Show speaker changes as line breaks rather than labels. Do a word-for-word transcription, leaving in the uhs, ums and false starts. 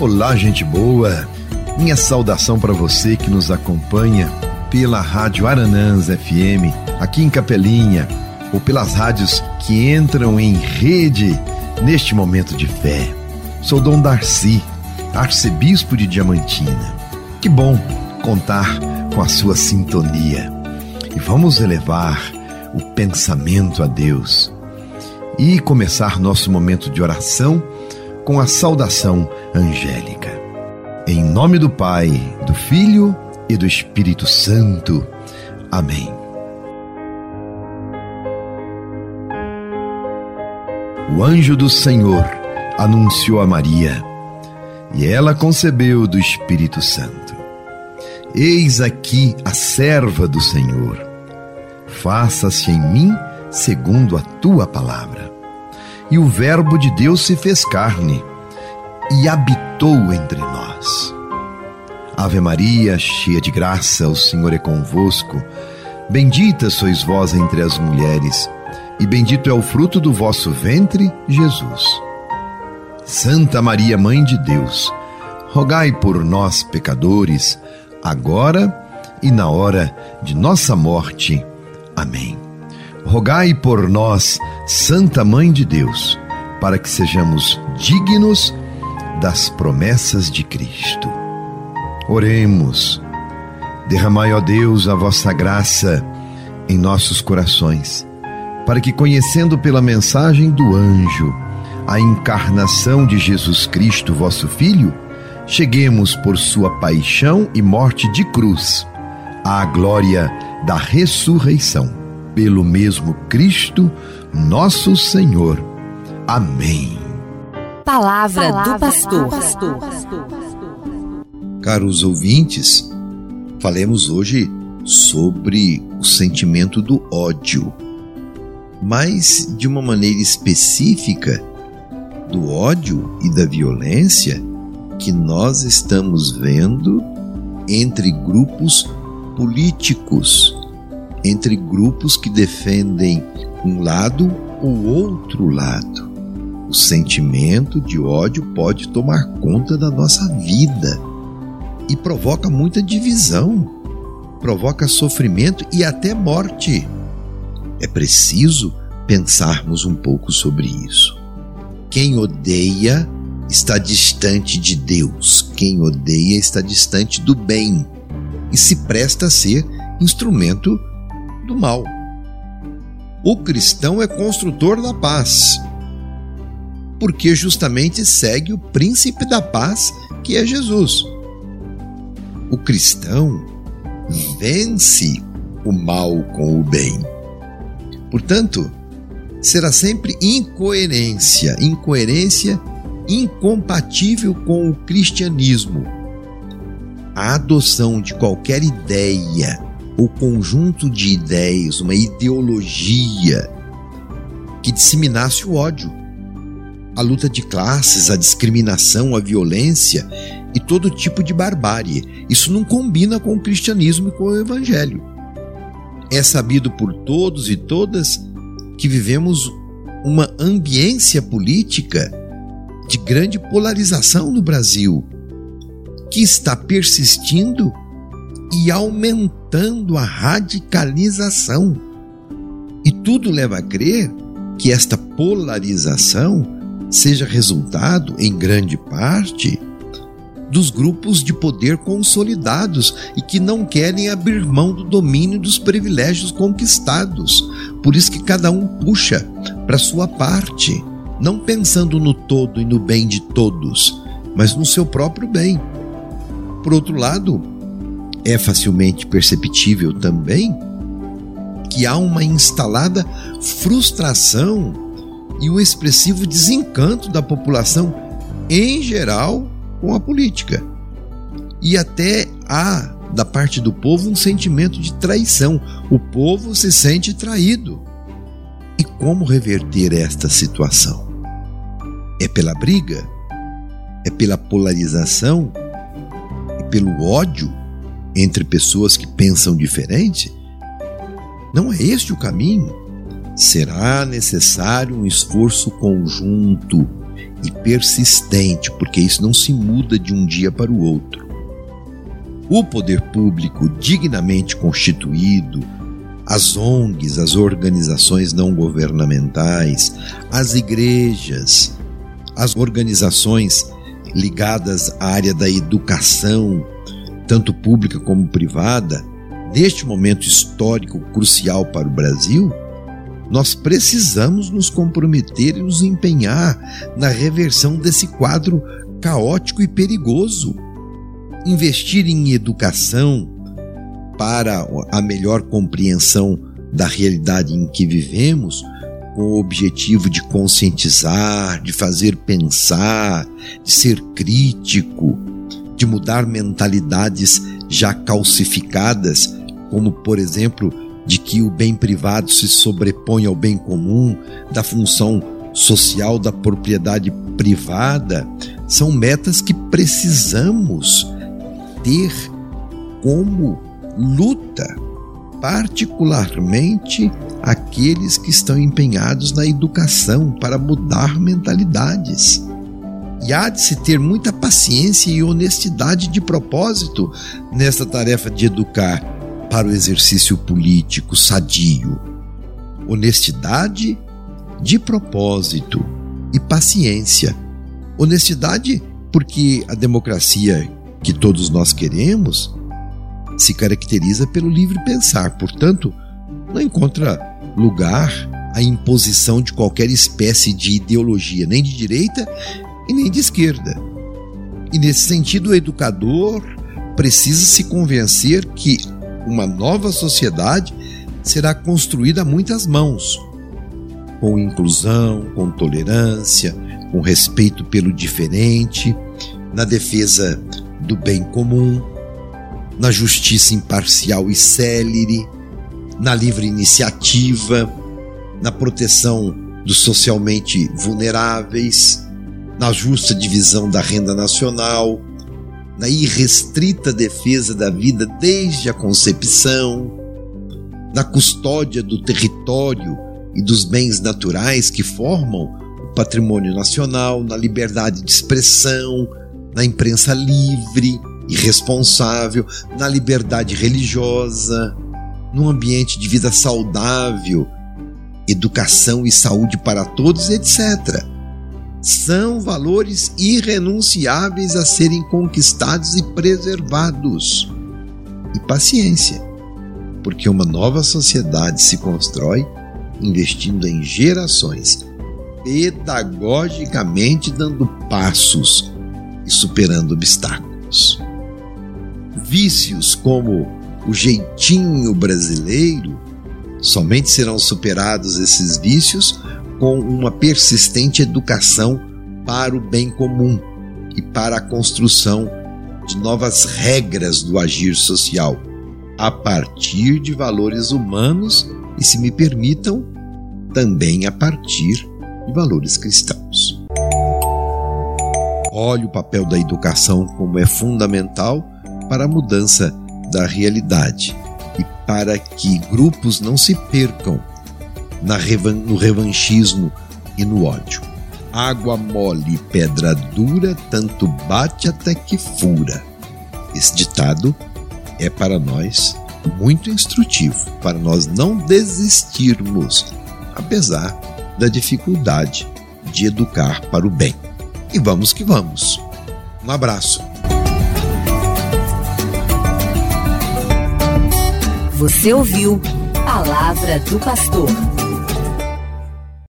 Olá, gente boa! Minha saudação para você que nos acompanha pela Rádio Aranãs F M, aqui em Capelinha, ou pelas rádios que entram em rede neste momento de fé. Sou Dom Darcy, arcebispo de Diamantina. Que bom contar com a sua sintonia. E vamos elevar o pensamento a Deus e começar nosso momento de oração com a saudação angélica. Em nome do Pai, do Filho e do Espírito Santo. Amém. O anjo do Senhor anunciou a Maria, e ela concebeu do Espírito Santo. Eis aqui a serva do Senhor. Faça-se em mim segundo a tua palavra. E o Verbo de Deus se fez carne e habitou entre nós. Ave Maria, cheia de graça, o Senhor é convosco. Bendita sois vós entre as mulheres, e bendito é o fruto do vosso ventre, Jesus. Santa Maria, Mãe de Deus, rogai por nós, pecadores, agora e na hora de nossa morte. Amém. Rogai por nós, Santa Mãe de Deus, para que sejamos dignos das promessas de Cristo. Oremos. Derramai, ó Deus, a vossa graça em nossos corações, para que, conhecendo pela mensagem do anjo a encarnação de Jesus Cristo, vosso Filho, cheguemos por sua paixão e morte de cruz à glória da ressurreição. Pelo mesmo Cristo, nosso Senhor. Amém.
Palavra, Palavra do pastor. pastor.
Caros ouvintes, falemos hoje sobre o sentimento do ódio, mas de uma maneira específica do ódio e da violência que nós estamos vendo entre grupos políticos, entre grupos que defendem um lado ou outro lado. O sentimento de ódio pode tomar conta da nossa vida e provoca muita divisão, provoca sofrimento e até morte. É preciso pensarmos um pouco sobre isso. Quem odeia está distante de Deus. Quem odeia está distante do bem e se presta a ser instrumento do mal. O cristão é construtor da paz, porque justamente segue o príncipe da paz, que é Jesus. O cristão vence o mal com o bem. Portanto, será sempre incoerência, incoerência incompatível com o cristianismo. A adoção de qualquer ideia ou conjunto de ideias, uma ideologia que disseminasse o ódio, a luta de classes, a discriminação, a violência e todo tipo de barbárie. Isso não combina com o cristianismo e com o evangelho. É sabido por todos e todas que vivemos uma ambiência política de grande polarização no Brasil, que está persistindo e aumentando a radicalização. E tudo leva a crer que esta polarização seja resultado, em grande parte, dos grupos de poder consolidados e que não querem abrir mão do domínio dos privilégios conquistados. Por isso que cada um puxa para sua parte, não pensando no todo e no bem de todos, mas no seu próprio bem. Por outro lado, é facilmente perceptível também que há uma instalada frustração e um expressivo desencanto da população em geral com a política. E até há, da parte do povo, um sentimento de traição. O povo se sente traído. E como reverter esta situação? É pela briga? É pela polarização? E pelo ódio entre pessoas que pensam diferente? Não é este o caminho? Será necessário um esforço conjunto e persistente, porque isso não se muda de um dia para o outro. O poder público dignamente constituído, as O N Gs, as organizações não governamentais, as igrejas, as organizações ligadas à área da educação, tanto pública como privada, neste momento histórico crucial para o Brasil, nós precisamos nos comprometer e nos empenhar na reversão desse quadro caótico e perigoso. Investir em educação para a melhor compreensão da realidade em que vivemos, com o objetivo de conscientizar, de fazer pensar, de ser crítico, de mudar mentalidades já calcificadas, como, por exemplo, de que o bem privado se sobrepõe ao bem comum, da função social da propriedade privada, são metas que precisamos ter como luta, particularmente aqueles que estão empenhados na educação para mudar mentalidades. E há de se ter muita paciência e honestidade de propósito nessa tarefa de educar para o exercício político sadio. Honestidade de propósito e paciência. Honestidade porque a democracia que todos nós queremos se caracteriza pelo livre pensar, portanto, não encontra lugar a imposição de qualquer espécie de ideologia, nem de direita e nem de esquerda. E nesse sentido, o educador precisa se convencer que uma nova sociedade será construída a muitas mãos, com inclusão, com tolerância, com respeito pelo diferente, na defesa do bem comum, na justiça imparcial e célere, na livre iniciativa, na proteção dos socialmente vulneráveis, na justa divisão da renda nacional, na irrestrita defesa da vida desde a concepção, na custódia do território e dos bens naturais que formam o patrimônio nacional, na liberdade de expressão, na imprensa livre e responsável, na liberdade religiosa, num ambiente de vida saudável, educação e saúde para todos, etcétera. São valores irrenunciáveis a serem conquistados e preservados. E paciência, porque uma nova sociedade se constrói investindo em gerações, pedagogicamente dando passos e superando obstáculos. Vícios como o jeitinho brasileiro, somente serão superados esses vícios com uma persistente educação para o bem comum e para a construção de novas regras do agir social, a partir de valores humanos e, se me permitam, também a partir de valores cristãos. Olhe o papel da educação como é fundamental para a mudança da realidade e para que grupos não se percam na revan- no revanchismo e no ódio. Água mole e pedra dura, tanto bate até que fura. Esse ditado é para nós muito instrutivo, para nós não desistirmos, apesar da dificuldade de educar para o bem. E vamos que vamos. Um abraço.
Você ouviu Palavra do Pastor.